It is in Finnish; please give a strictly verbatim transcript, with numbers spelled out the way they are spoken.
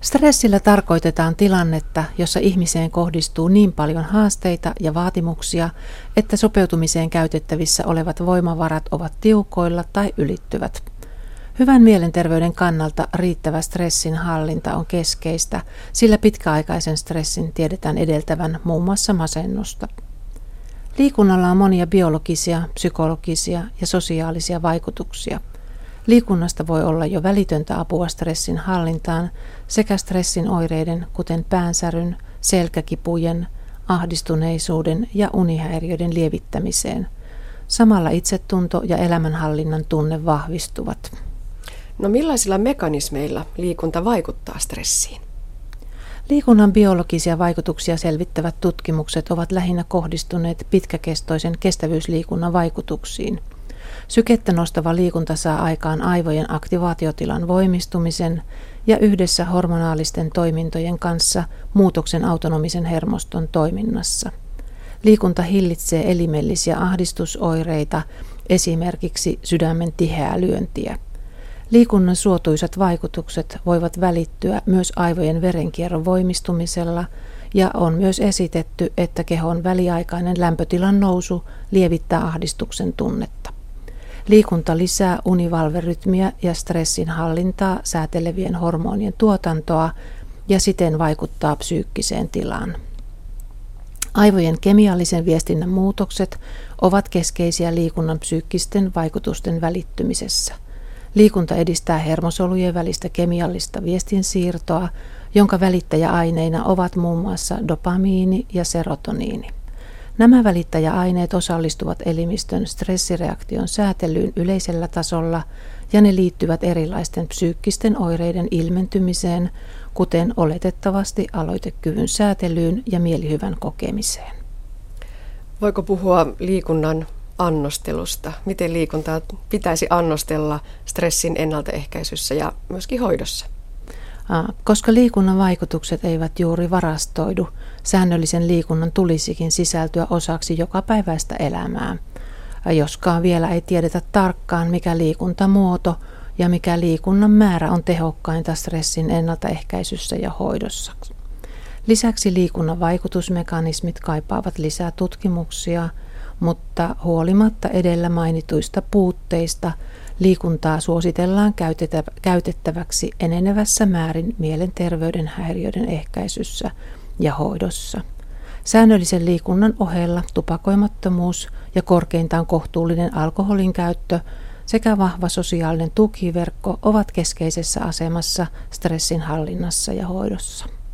Stressillä tarkoitetaan tilannetta, jossa ihmiseen kohdistuu niin paljon haasteita ja vaatimuksia, että sopeutumiseen käytettävissä olevat voimavarat ovat tiukoilla tai ylittyvät. Hyvän mielenterveyden kannalta riittävä stressin hallinta on keskeistä, sillä pitkäaikaisen stressin tiedetään edeltävän muun muassa masennusta. Liikunnalla on monia biologisia, psykologisia ja sosiaalisia vaikutuksia. Liikunnasta voi olla jo välitöntä apua stressin hallintaan sekä stressin oireiden, kuten päänsäryn, selkäkipujen, ahdistuneisuuden ja unihäiriöiden lievittämiseen. Samalla itsetunto ja elämänhallinnan tunne vahvistuvat. No millaisilla mekanismeilla liikunta vaikuttaa stressiin? Liikunnan biologisia vaikutuksia selvittävät tutkimukset ovat lähinnä kohdistuneet pitkäkestoisen kestävyysliikunnan vaikutuksiin. Sykettä nostava liikunta saa aikaan aivojen aktivaatiotilan voimistumisen ja yhdessä hormonaalisten toimintojen kanssa muutoksen autonomisen hermoston toiminnassa. Liikunta hillitsee elimellisiä ahdistusoireita, esimerkiksi sydämen tiheää lyöntiä. Liikunnan suotuisat vaikutukset voivat välittyä myös aivojen verenkierron voimistumisella ja on myös esitetty, että kehon väliaikainen lämpötilan nousu lievittää ahdistuksen tunnetta. Liikunta lisää univalverytmiä ja stressin hallintaa säätelevien hormonien tuotantoa ja siten vaikuttaa psyykkiseen tilaan. Aivojen kemiallisen viestinnän muutokset ovat keskeisiä liikunnan psyykkisten vaikutusten välittymisessä. Liikunta edistää hermosolujen välistä kemiallista viestinsiirtoa, jonka välittäjäaineina ovat muun muassa dopamiini ja serotoniini. Nämä välittäjäaineet osallistuvat elimistön stressireaktion säätelyyn yleisellä tasolla ja ne liittyvät erilaisten psyykkisten oireiden ilmentymiseen, kuten oletettavasti aloitekyvyn säätelyyn ja mielihyvän kokemiseen. Voiko puhua liikunnan annostelusta? Miten liikuntaa pitäisi annostella stressin ennaltaehkäisyssä ja myöskin hoidossa? Koska liikunnan vaikutukset eivät juuri varastoidu, säännöllisen liikunnan tulisikin sisältyä osaksi jokapäiväistä elämää. Joskaan vielä ei tiedetä tarkkaan, mikä liikuntamuoto ja mikä liikunnan määrä on tehokkainta stressin ennaltaehkäisyssä ja hoidossa. Lisäksi liikunnan vaikutusmekanismit kaipaavat lisää tutkimuksia, mutta huolimatta edellä mainituista puutteista liikuntaa suositellaan käytettäväksi enenevässä määrin mielenterveyden häiriöiden ehkäisyssä ja hoidossa. Säännöllisen liikunnan ohella tupakoimattomuus ja korkeintaan kohtuullinen alkoholin käyttö sekä vahva sosiaalinen tukiverkko ovat keskeisessä asemassa stressin hallinnassa ja hoidossa.